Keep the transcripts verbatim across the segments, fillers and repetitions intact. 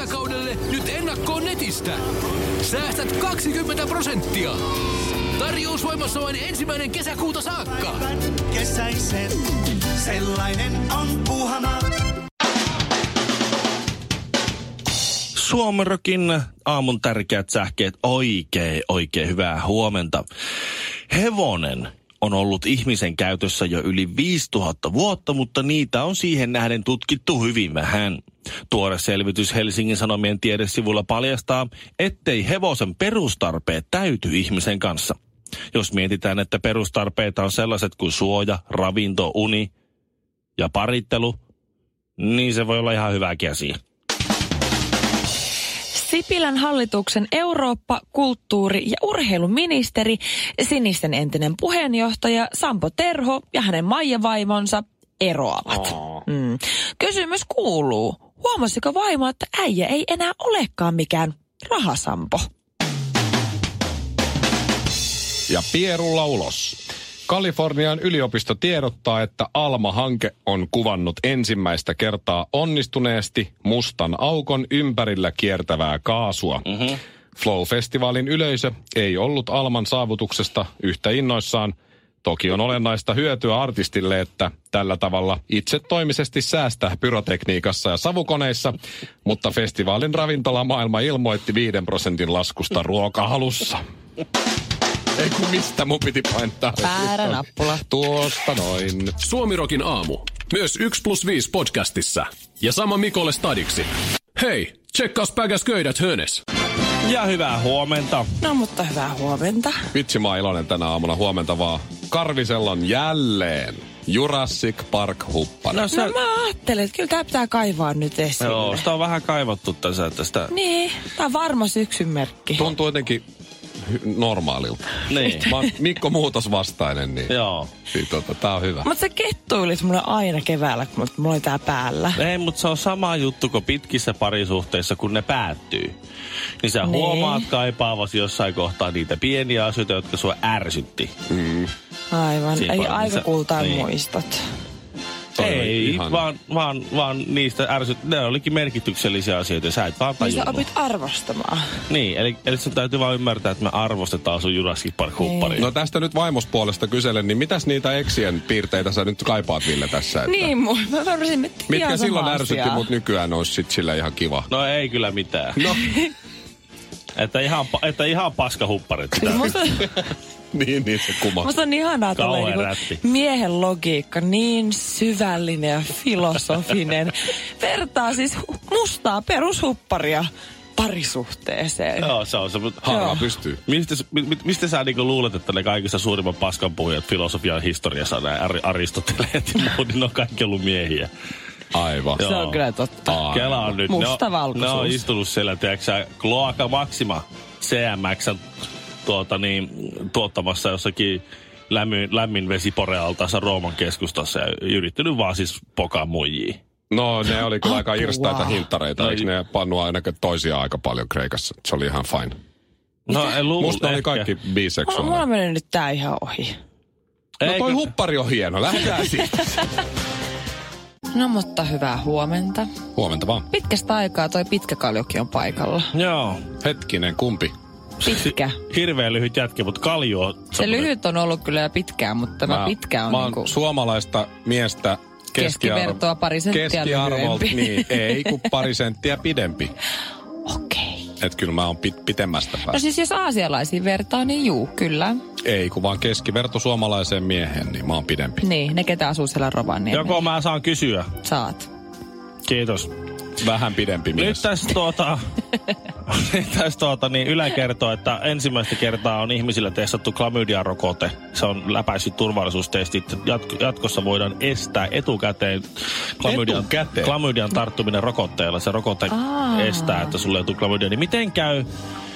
kesäkaudelle nyt ennakkoon netistä. Säästät kaksikymmentä prosenttia. Tarjous voimassa vain ensimmäinen kesäkuuta saakka. Kesäisen, sellainen on Puuhamaa. Suomerokin aamun tärkeät sähkeet. Oikein, oikein hyvää huomenta. Hevonen on ollut ihmisen käytössä jo yli viisituhatta vuotta, mutta niitä on siihen nähden tutkittu hyvin vähän. Tuore selvitys Helsingin Sanomien tiedesivulla paljastaa, ettei hevosen perustarpeet täyty ihmisen kanssa. Jos mietitään, että perustarpeita on sellaiset kuin suoja, ravinto, uni ja parittelu, niin se voi olla ihan hyväkin asia. Sipilän hallituksen Eurooppa-, kulttuuri- ja urheiluministeri, Sinisten entinen puheenjohtaja Sampo Terho ja hänen Maija-vaimonsa eroavat. Mm. Kysymys kuuluu, huomasiko vaimo, että äijä ei enää olekaan mikään rahasampo? Ja pierulla ulos. Kalifornian yliopisto tiedottaa, että ALMA-hanke on kuvannut ensimmäistä kertaa onnistuneesti mustan aukon ympärillä kiertävää kaasua. Mm-hmm. Flow-festivaalin yleisö ei ollut ALMAn saavutuksesta yhtä innoissaan. Toki on olennaista hyötyä artistille, että tällä tavalla itsetoimisesti säästää pyrotekniikassa ja savukoneissa, mutta festivaalin ravintolamaailma ilmoitti viiden prosentin laskusta ruokahalussa. Ei kun mistä mun piti paintaa. Väärä nappula. Tuosta noin. Suomirokin aamu. Myös yksi plus viisi podcastissa. Ja sama Mikolle stadiksi. Hei, tsekkaus päkäs köydät hönes. Ja hyvää huomenta. No mutta hyvää huomenta. Vitsi, mä oon iloinen tänä aamuna. Huomenta vaan. Karvisella on jälleen Jurassic Park huppana. No, se... no mä ajattelin, että kyllä tää pitää kaivaa nyt esille. Joo, sitä on vähän kaivattu tässä. Tästä. Niin, tää on varma syksyn merkki. Tuntuu jotenkin normaalilta. Niin. Mä oon Mikko Muutos vastainen, niin, joo. niin tota, tää on hyvä. Mutta se kettuilis mulle aina keväällä, kun mulla oli tää päällä. Ei, mutta se on sama juttu kuin pitkissä parisuhteissa, kun ne päättyy. Niin sä niin. huomaat kaipaavasi jossain kohtaa niitä pieniä asioita, jotka sua ärsytti. Mm. Aivan, Siinä ei aika kultaan niin. muistot. Ei, vaan, vaan, vaan niistä ärsyt, ne olikin merkityksellisiä asioita, sä et vaan tajunnut. Niin sä opit arvostamaan. Niin, eli, eli sun täytyy vaan ymmärtää, että me arvostetaan sun Jurassic Park -hupparia. No tästä nyt vaimospuolesta kyselen, niin mitäs niitä eksien piirteitä sä nyt kaipaat, Ville, tässä? Että... Niin, mun, mä varsin miettiä mitkä silloin ärsytti, asiaa. mut nykyään olisi sit sillä ihan kiva. No ei kyllä mitään. No. että, ihan, että ihan paska hupparit. niin, niin se kuma. Musta on ihanaa tulee niinku miehen logiikka, niin syvällinen ja filosofinen. Vertaa siis mustaa perushupparia parisuhteeseen. Joo, se on se. Mutta harva pystyy. Mistä, mi, mistä sä niinku luulet, että ne kaikissa suurimman paskanpuhujat filosofian historiassa, nämä Aristoteleet ja muut, niin ne on kaikki ollut miehiä. Aivan. Se on kyllä totta. Kela on nyt. Musta ne, valkoisuus. Ne on istunut siellä, tiedätkö Cloaca Maxima C M X tuota niin, tuottamassa jossakin lämmin, lämmin vesiporealtaassa Rooman keskustassa ja yrittänyt vaan siis pokaa muijia. No ne oli kyllä aika irstaita hintareita. No, eikö ne pannu ainakin toisiaan aika paljon Kreikassa? Se oli ihan fine. No en luule. Musta oli kaikki biseksuaalinen. Mulla menee nyt tää ihan ohi. No toi Eikö? huppari on hieno. Lähdetään siitä. No mutta hyvää huomenta. Huomenta vaan. Pitkästä aikaa toi pitkä kaljokin on paikalla. Joo. Hetkinen, kumpi? Pitkä. Hirveän lyhyt jätkä, mutta kalju on... Se lyhyt on ollut kyllä pitkään, mutta tämä mä, pitkä on mä niinku... suomalaista miestä keskiarvo... keskivertoa pari senttiä keskiarvolta, niin ei kun pari senttiä pidempi. Okei. Okay. Että kyllä mä oon pit, pitemmästä päästä. No siis jos aasialaisiin vertaa, niin juu, kyllä. Ei kun vaan keskiverto suomalaiseen mieheen, niin mä oon pidempi. Niin, ne ketä asuu siellä Rovaniemellä. Joko mä saan kysyä? Saat. Kiitos. Vähän pidempi mies. Nyt tässä tuota, nyt tässä tuota, niin Yle kertoo, että ensimmäistä kertaa on ihmisillä testattu klamydia-rokote. Se on läpäissyt turvallisuustestit. Jatko, jatkossa voidaan estää etukäteen klamydian, etukäteen. klamydian tarttuminen rokotteella. Se rokote Aa. estää, että sulle ei tule klamydia. Niin miten käy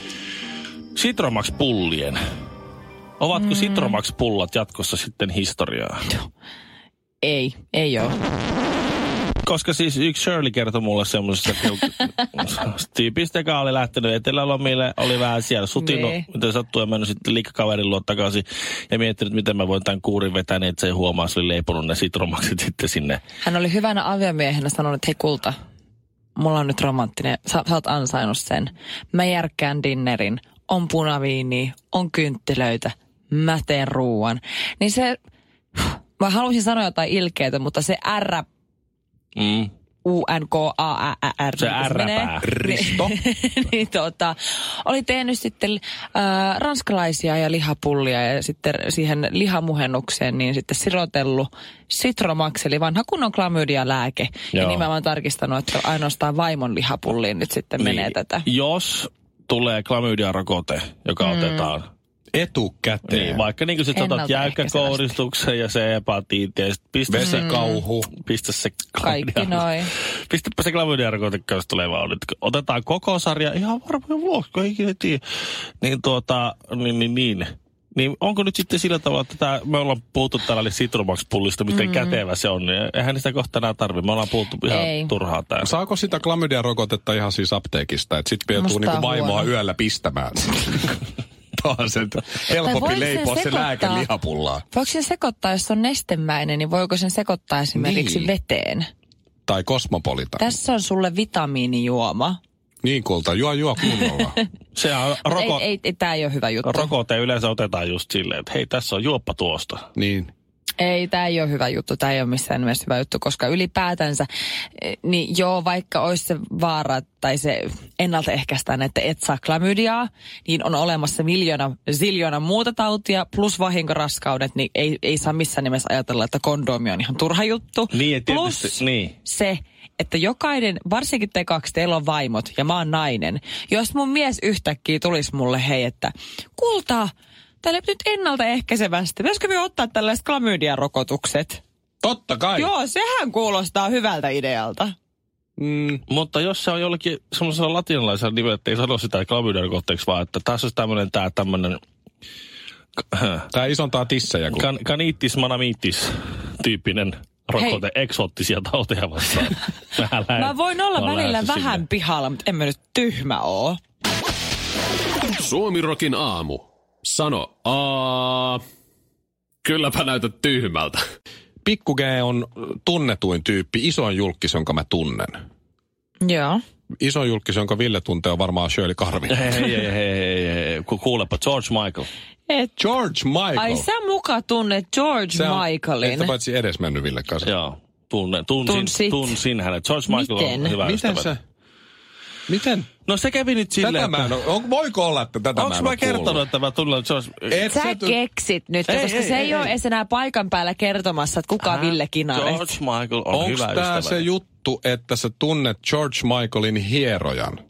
Citromax-pullien? Ovatko mm. Citromax-pullat jatkossa sitten historiaa? Ei, ei ole. Koska siis yksi Shirley kertoi mulle semmoisesta tyypistä, joka oli lähtenyt etelälomille, oli vähän siellä sutinut, nee. Miten sattuu ja mennyt sitten liikakaverin luo takaisin ja miettinyt, miten mä voin tämän kuurin vetää niin, että se ei huomaa, se oli leiponut ne Citromaxit sitten sinne. Hän oli hyvänä aviomiehenä sanonut, että hei kulta, mulla on nyt romanttinen, sä, sä oot ansainnut sen. Mä järkkään dinnerin, on punaviiniä, on kynttilöitä, mä teen ruuan. Niin se, mä halusin sanoa jotain ilkeätä, mutta se R... Mm. U N K A R. Se R-pää. Risto. niin tota, oli tehnyt sitten äh, ranskalaisia ja lihapullia ja sitten siihen lihamuhennukseen niin sitten sirotellut Citromax, eli vanha kunnon klamydia-lääke. Joo. Ja nimenomaan tarkistanut, että ainoastaan vaimon lihapulliin nyt sitten niin, menee tätä. Jos tulee klamydia-rokote, joka mm. otetaan etukäteen. Niin, vaikka niin kuin sit otat jäykkäkouristuksen ja se hepatiitti ja sitten pistä se kauhu. Pistä se kaikki noin. Pistäpä se klamydia-rokote, jos tulee vaan nyt. Otetaan koko sarja ihan varmaan vuoksi, kun ei ikinä tiedä. Niin tuota, niin, niin, niin. Niin onko nyt sitten sillä tavalla, että tää, me ollaan puhuttu täällä Citromax-pullista, miten mm. kätevä se on, niin eihän niistä kohta enää tarvitse. Me ollaan puhuttu ihan ei. turhaa täällä. Saako sitä klamydia-rokotetta ihan siis apteekista, että sitten joutuu niinku vaimoa yöllä pistämään? Onhan se helpompi leipoa se lääke lihapullaan. Voiko sen sekoittaa, jos on nestemäinen, niin voiko sen sekoittaa esimerkiksi niin. veteen? Tai kosmopolitan. Tässä on sulle vitamiinijuoma. Niin kulta, juo juo kunnolla. Se on roko... Ei, ei, ei tämä ei ole hyvä juttu. Rokote yleensä otetaan just silleen, että hei, tässä on juoppa tuosta. Niin. Ei, tämä ei ole hyvä juttu. Tämä ei ole missään nimessä hyvä juttu, koska ylipäätänsä, niin joo, vaikka olisi se vaara tai se ennaltaehkäistään, että et saa klamydiaa, niin on olemassa miljoona, ziljoona muuta tautia, plus vahinkoraskaudet, niin ei, ei saa missään nimessä ajatella, että kondoomi on ihan turha juttu. Niin, plus tietysti, niin. se, että jokainen, varsinkin te kaksi, teillä on vaimot ja mä oon nainen. Jos mun mies yhtäkkiä tulisi mulle, hei, että kultaa, täällä nyt ennaltaehkäisevästi. Pitäisikö me ottaa tällaiset klamydia-rokotukset? Totta kai. Joo, sehän kuulostaa hyvältä idealta. Mm, mutta jos se on jollekin semmoisella latinalaisella nimellä, että ei sano sitä klamydia-rokotteeksi, vaan että tässä olisi tämmöinen, tää tämmöinen... Tää isontaa tissejä. Kun... Kan, kaniittis manamiittis tyyppinen rokote hei. Eksoottisia tauteja vastaan. Mä voin olla välillä vähän sinne. Pihalla, mutta en mä nyt tyhmä oo. Suomirokin aamu. Sano aa. Kylläpä näytät tyhmältä. Pikku G on tunnetuin tyyppi, isoin julkis, jonka mä tunnen. Joo. Isoin julkis, jonka Ville tuntee, on varmaan Shirley Karvinen. Hei, hei, hei, hei, hei. Kuulepa, George Michael. Et, George Michael. Ai sä muka tunnet George se on, Michaelin. Että paitsi edes mennyt Ville kanssa. Joo, tunne, tunsin, tunsin hänet. George Michael Miten? on hyvä Miten ystävä. Se? Miten? No se kävi nyt silleen, tätä että... Mä en, on, voiko olla, että tätä onks mä en mä kertonut, kuullut? Että mä tunnen George... Et sä tu... keksit nyt, ei, koska ei, se ei, ei ole edes enää paikan päällä kertomassa, että kuka on Ville Kinaret. George Michael on onks hyvä ystävä. Onks tää se juttu, että sä tunnet George Michaelin hierojan?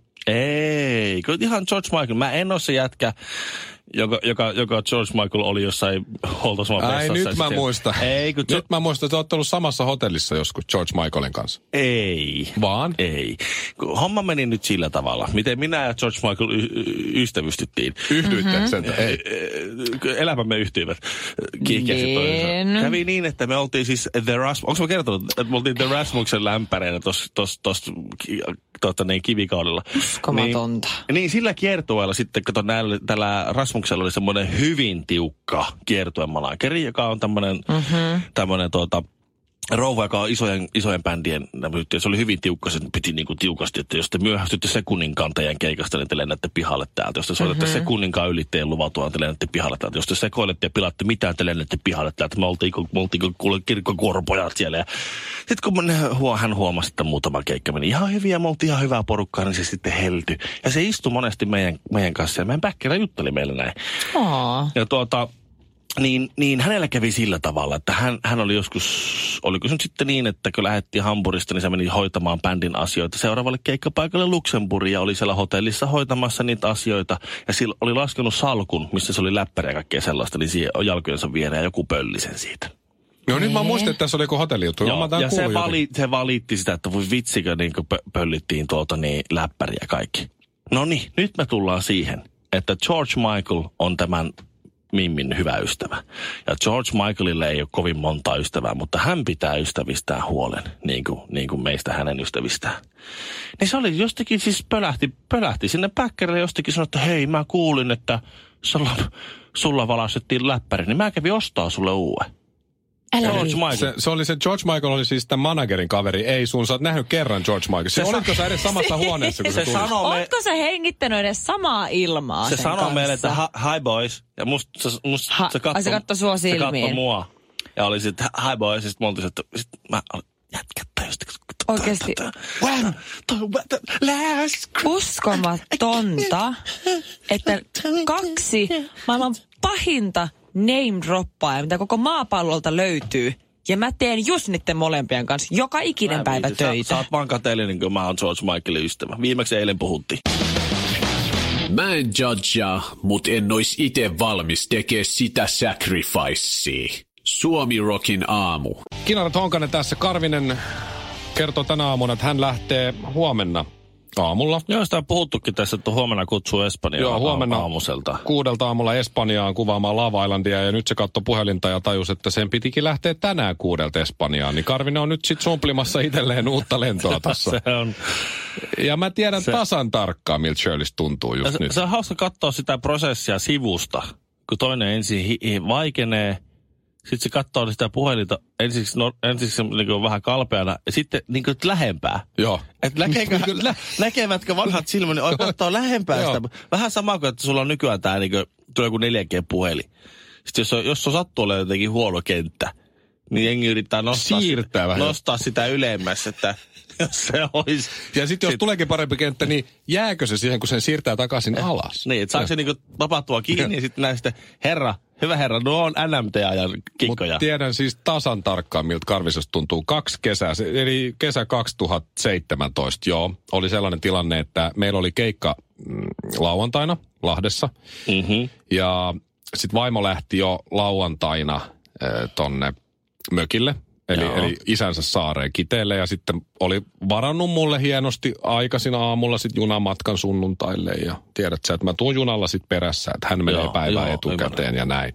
Ei, kyllä ihan George Michael. Mä en ole se jätkä, joka, joka, joka George Michael oli jossain huoltoaseman vessassa. Ai nyt mä muistan. Ei, kun nyt mä muistan, että oot ollut samassa hotellissa joskus George Michaelin kanssa. Ei. Vaan? Ei. Homma meni nyt sillä tavalla, miten minä ja George Michael y- y- ystävystyttiin. Yhdyitte mm-hmm. sen? Ei. Elämämme yhtyivät. Kiihkeästi toisensa. Kävi niin, että me oltiin siis The Rasmus... Onko mä kertonut, että me oltiin The Rasmuksen lämpäreinä tuossa tos, tos, tuota, niin, kivikaudella. Uskomatonta. Niin, niin sillä kiertueella sitten, kato näillä, tällä Rasmuksella oli semmoinen hyvin tiukka kiertuemalakeri, joka on tämmöinen mm-hmm. tämmöinen tuota... rouva, joka on isojen, isojen bändien, se oli hyvin tiukka, se piti niin kuin tiukasti, että jos te myöhästytte sekunninkaan teidän keikasta, niin te lennätte pihalle täältä. Jos te soitatte mm-hmm. sekunninkaan yli teidän luvaltua, te lennätte pihalle täältä. Jos te sekoilette ja pilatte mitään, te lennätte pihalle täältä. Me oltiin, me oltiin kuule kirkkokuoropojat siellä. Sitten kun hän huomasi, että muutama keikka meni ihan hyvin ja me oltiin ihan hyvää porukkaa, niin se sitten heltyi. Ja se istui monesti meidän, meidän kanssa ja meidän päkkärä jutteli meille näin. Aa. Ja tuota... Niin, niin hänellä kävi sillä tavalla, että hän, hän oli joskus, oliko se nyt sitten niin, että kun lähdettiin Hampurista, niin se meni hoitamaan bändin asioita seuraavalle keikkapaikalle Luxemburgiin ja oli siellä hotellissa hoitamassa niitä asioita. Ja sillä oli laskenut salkun, missä se oli läppäriä ja kaikkea sellaista, niin siihen jalkojensa viereen joku pölli sen siitä. No nyt mä muistin, että tässä oli joku hotellijuttu. Joo, ja se, vali, se valitti sitä, että voi vitsikö niin kuin pöllittiin tuolta niin läppäriä kaikki. No niin, nyt me tullaan siihen, että George Michael on tämän... Mimmin hyvä ystävä. Ja George Michaelille ei ole kovin montaa ystävää, mutta hän pitää ystävistään huolen, niin kuin, niin kuin meistä hänen ystävistään. Niin se oli jostakin siis pölähti, pölähti sinne päkkärille jostakin sanoi, että hei, mä kuulin, että sulla, sulla valastettiin läppäri, niin mä kävin ostaa sulle uuden. Älä George niin. Michael. Se, se oli se George Michael oli siis tämän managerin kaveri. Ei sun, sä oot nähnyt kerran George Michael. Se, olitko sä edes samassa huoneessa, kun se, se tuli? sanoo me... Ootko sä hengittänyt edes samaa ilmaa Se sen sanoo kanssa? meille, että hi boys. Ja musta, musta Ha, se katsoi se katsoi sua silmiin. Se katsoi mua. Ja oli sitten hi boys. Ja sitten me oltiin, että sit mä jätkät tajusti. Oikeesti. When the last... Uskomatonta, että kaksi maailman pahinta name-droppaa, mitä koko maapallolta löytyy. Ja mä teen just niiden molempien kanssa joka ikinen päivä töitä. Sä, sä oot vaan kateellinen, kun mä oon George Michaelin ystävä. Viimeksi eilen puhuttiin. Mä en judgea, mut en ois ite valmis tekee sitä sacrificea. Suomi Rockin aamu. Kinaret Honkanen tässä. Karvinen kertoo tänä aamuna, että hän lähtee huomenna aamulla. Joo, sitä on puhuttukin tässä, että huomenna kutsuu Espanjaa. Joo, huomenna aamuselta. Kuudelta aamulla Espanjaan kuvaamaan Love Islandia ja nyt se katsoi puhelinta ja tajusi, että sen pitikin lähteä tänään kuudelta Espanjaan. Niin Karvinen on nyt sitten sumplimassa itselleen uutta lentoa tuossa. Se on... Ja mä tiedän se... tasan tarkkaan, miltä Shirleystä tuntuu just se, nyt. Se on hauska katsoa sitä prosessia sivusta, kun toinen ensin hi- hi- vaikenee. Sitten se katsoo sitä puhelinta ensiksi, no, ensiksi niin vähän kalpeana ja sitten niin kuin lähempää. Joo. Et näkeekö, nä, näkevätkö vanhat silmät, niin oi katsoo lähempää sitä. Vähän sama kuin, että sulla on nykyään tämä niin tulee joku neljä G-puhelin. Sitten jos on, jos on sattuu olemaan jotenkin huono kenttä, niin jengi yrittää nostaa, Siirtää sitä, vähän. nostaa sitä ylemmäs, että jos se olisi. Ja sitten jos sit... tuleekin parempi kenttä, niin jääkö se siihen, kun sen siirtää takaisin alas? Niin, että saako se niinku tapahtua kiinni ja sitten näistä, herra, hyvä herra, no on N M T-ajan kikkoja. Mutta tiedän siis tasan tarkkaan, miltä Karvisesta tuntuu. Kaksi kesää, eli kesä kaksituhattaseitsemäntoista, joo, oli sellainen tilanne, että meillä oli keikka mm, lauantaina Lahdessa. Mm-hmm. Ja sitten vaimo lähti jo lauantaina äh, tonne mökille. Eli, eli isänsä saareen Kiteelle ja sitten oli varannut mulle hienosti aikaisin aamulla sitten junamatkan sunnuntaille ja tiedät sä, että mä tuun junalla sitten perässä, että hän menee päivää etukäteen ja näin.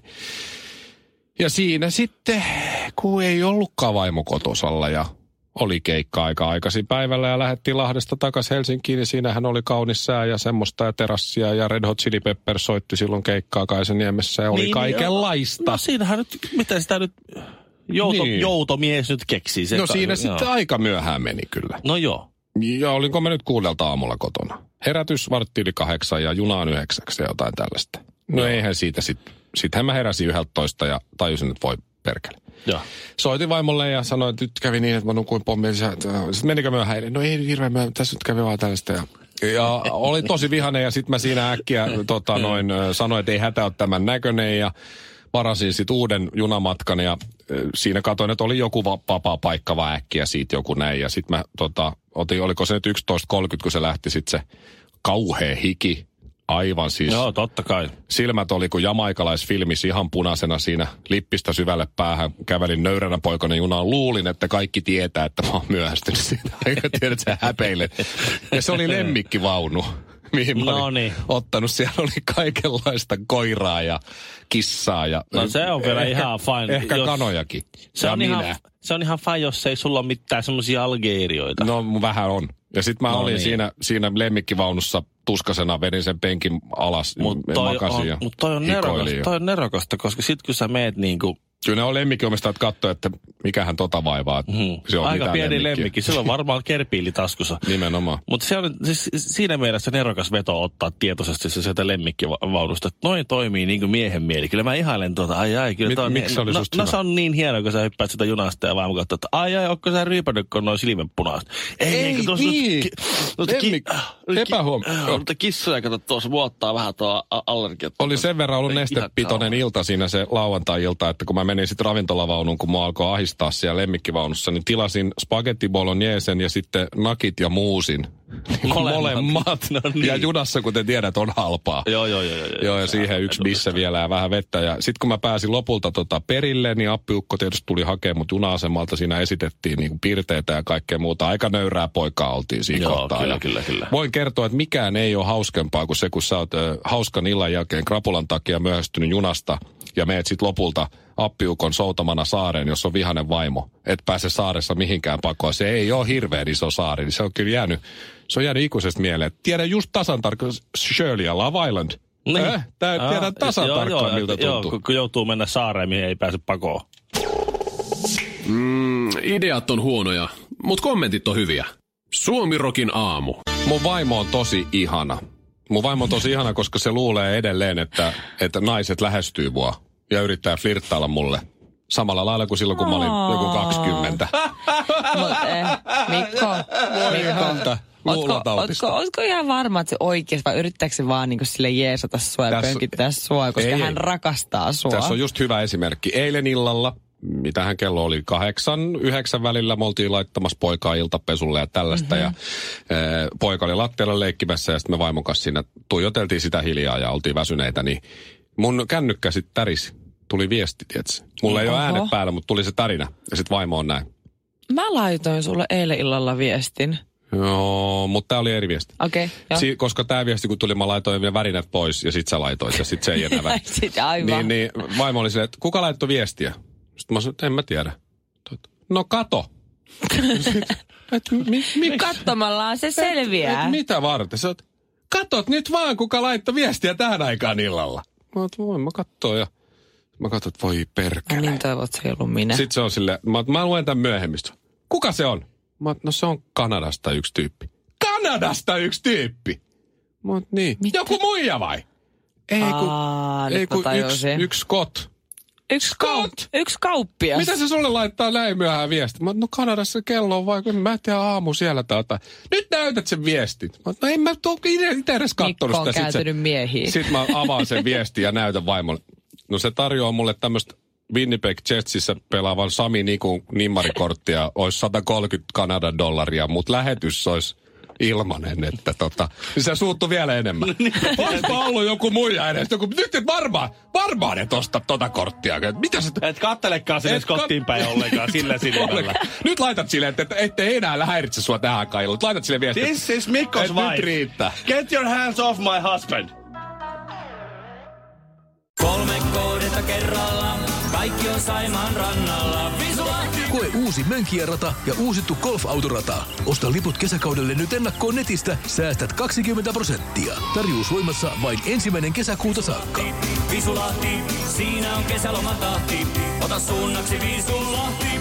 Ja siinä sitten, kun ei ollutkaan vaimo kotosalla ja oli keikka aika aikaisin päivällä ja lähdettiin Lahdesta takaisin Helsinkiin, niin siinähän oli kaunis sää ja semmoista ja terassia ja Red Hot Chili Peppers soitti silloin keikkaa Kaisaniemessä ja oli niin, kaikenlaista. No siinähän nyt, mitä sitä nyt... Jouto, niin. Joutomies nyt keksii. Se no siinä joo. sitten aika myöhään meni kyllä. No joo. Ja olinko mä nyt kuudelta aamulla kotona. Herätys vartti yli kahdeksan ja junaan yhdeksäksi ja jotain tällaista. No joo. Eihän siitä sitten. Sittenhän mä heräsin yhdeltätoista ja tajusin, että voi perkele. Joo. Soitin vaimolle ja sanoin, että nyt kävi niin, että mä nukuin pommiin. Sitten menikö myöhään eilen? No ei nyt hirveän myöhään, tässä nyt kävi vaan tällaista. Ja, ja oli tosi vihainen ja sitten mä siinä äkkiä tota, noin, sanoin, että ei hätä ole tämän näköinen ja varasin sitten uuden junamatkan ja siinä katsoin, että oli joku vapaa paikka vaan äkkiä siitä joku näin. Ja sitten mä tota, otin, oliko se nyt yksitoista kolmekymmentä, kun se lähti sitten se kauhea hiki. Aivan siis. Joo, totta kai. Silmät oli kuin jamaikalaisfilmis ihan punaisena siinä lippistä syvälle päähän. Kävelin nöyränä poikana junaan. Luulin, että kaikki tietää, että mä oon myöhästynyt siitä. Eikä tiedä, että sä häpeilet. Ja se oli lemmikkivaunu, mihin mä no olin niin. ottanut. Siellä oli kaikenlaista koiraa ja kissaa. Ja no se on vielä ehkä, ihan fine. Ehkä jos, kanojakin. Se on, ihan, se on ihan fine, jos ei sulla ole mitään semmoisia algeerioita. No vähän on. Ja sit mä no olin niin. siinä, siinä lemmikkivaunussa tuskasena, vedin sen penkin alas, mutta toi, mut toi, on nerokasta, toi on nerokasta, koska sit kun sä meet niinku... Kyllä ne on lemmikkiomistajat katsoo, että mikähän tota vaivaa. Hmm. Se on aika pieni lemmikki. Sillä on varmaan kerpiili taskussa. Nimenomaan. Mutta se on siis siinä mielessä nerokas veto ottaa tietoisesti se sieltä lemmikkivaunusta. Että noin toimii niin kuin miehen mieli. Kyllä mä ihailen tuota, ai ai. Kyllä toi, miksi se oli no, susta no hyvä? se on niin hienoa, kun sä hyppäät sitä junasta ja vaimo katsoo, että ai ai, ootko sä ryypännyt, kun noin silmenpunaiset. Ei, ei niin. Lemmik. Epähuomio. Mutta kissoja, kato tuossa vuottaa vähän tuo allergia. Oli sen verran ollut nestepitoinen ilta siinä se lauantai-ilta, että kun mä menin sitten ravintolavaunuun, kun mua alkoi ahistaa siellä lemmikkivaunussa, niin tilasin spaghetti bolognesen ja sitten nakit ja muusin. Molemmat. Molemmat. No niin. Ja junassa, kuten tiedät, on halpaa. Joo, joo, joo. Joo, joo ja siihen yksi missä vielä ja vähän vettä. Ja sitten kun mä pääsin lopulta tota perille, niin appiukko tietysti tuli hakemaan mut juna-asemalta. Siinä esitettiin niinku piirteitä ja kaikkea muuta. Aika nöyrää poikaa oltiin siinä joo, kohtaa. Kyllä, kyllä, kyllä. Voin kertoa, että mikään ei ole hauskempaa kuin se, kun sä oot ö, hauskan illan jälkeen krapulan takia myöhästynyt junasta ja meet sit lopulta appiukon soutamana saareen, jos on vihainen vaimo. Et pääse saaressa mihinkään pakoon. Se ei ole hirveän iso saari, niin se on kyllä jäänyt, se on jäänyt ikuisesti mieleen. Tiedän just tasan tarkkaan Shirley ja Love Island. Niin. Äh, Tiedän tasan joo, tarkkaan, joo, miltä joo, tuntuu. kun joutuu mennä saareen, mihin ei pääse pakoon. Mm, ideat on huonoja, mutta kommentit on hyviä. Suomirokin aamu. Mun vaimo on tosi ihana. Mun vaimo on tosi ihana, koska se luulee edelleen, että, että naiset lähestyy mua ja yrittää flirttailla mulle. Samalla lailla kuin silloin, kun mä olin joku kaksikymmentä. Mut eh, Mikko, Mikko. Ootko, ootko, ootko ihan varma, että se oikeasti, vai yrittääkö se vaan niin sille jeesata sua ja tässä, pönkittää sua, koska ei, hän rakastaa sua? Tässä on just hyvä esimerkki. Eilen illalla, mitähän kello oli kahdeksan, yhdeksän välillä, me oltiin laittamassa poikaa iltapesulle ja tällaista. Mm-hmm. Ja e, poika oli lattialla leikkimässä ja sitten me vaimon kanssa siinä tuijoteltiin sitä hiljaa ja oltiin väsyneitä. Niin mun kännykkä sitten tärisi. Tuli viesti, tietsä. Mulla ei Oho. ole äänet päällä, mutta tuli se tarinä. Ja sitten vaimo on näin. Mä laitoin sulle eilen illalla viestin. Joo, mutta tää oli eri viesti. Okei, okay, si- Koska tää viesti, kun tuli, mä laitoin vielä värinät pois ja sit sä laitoit ja sit se ei enää väri. Sitten aivan. Niin, niin vaimo oli silleen, että kuka laittoi viestiä? Sitten mä sanoin, että en mä tiedä. No kato. et, mi, mi, Katsomallaan se selviää. Et, et, mitä varten? Sä oot, katot nyt vaan, kuka laittoi viestiä tähän aikaan illalla. Mä oot, voin mä kattoo ja mä katson, että voi perkele. No niin toivot, se ei ollut minä. Sitten se on silleen, mä, mä luen tämän myöhemmistä. Kuka se on? Mä, no se on Kanadasta yksi tyyppi. Kanadasta yksi tyyppi? Mä oon, niin. Mitä? Joku muija vai? Ei kun, Aa, ei kun yksi, yksi Scott. Yksi Scott? Yksi kauppias. Mitä se sulle laittaa näin myöhään viesti? Mä oon, no Kanadassa kello on vaikka, mä en tiedä aamu siellä tai jotain. Nyt näytät sen viestin. Mä oon, no en mä tuu itse edes kattonut sitä. Mikko on kääntynyt miehiin. Sitten mä avaan sen viestin ja näytän vaimolle. No se tarjoaa mulle tämmöistä Winnipeg Jetsissä pelaavan Sami Nikun nimmarikorttia. Olisi sata kolmekymmentä Kanadan dollaria, mutta lähetys olisi ilmanen, että tota, niin se suuttui vielä enemmän. Olisiko ollut joku muija edes? Joku, nyt et varmaan, varmaan et osta tota korttia. Mitä sä... Et kattelekaan sinne Scottiin päin ollenkaan sillä silmällä. Nyt laitat silleen, että ettei enää häiritse sua tähän kailuun. Laitat sille viestiä. This is Mikko's wife. Nyt riittää. Get your hands off my husband. Kolme kohdetta kerralla, kaikki on Saimaan rannalla. Visulahti! Koe uusi Mönkijärata ja uusittu golfautorata. Osta liput kesäkaudelle nyt ennakkoon netistä, säästät kaksikymmentä prosenttia. Tarjous voimassa vain ensimmäinen kesäkuuta saakka. Visulahti, siinä on kesälomatahti. Ota suunnaksi Visulahti.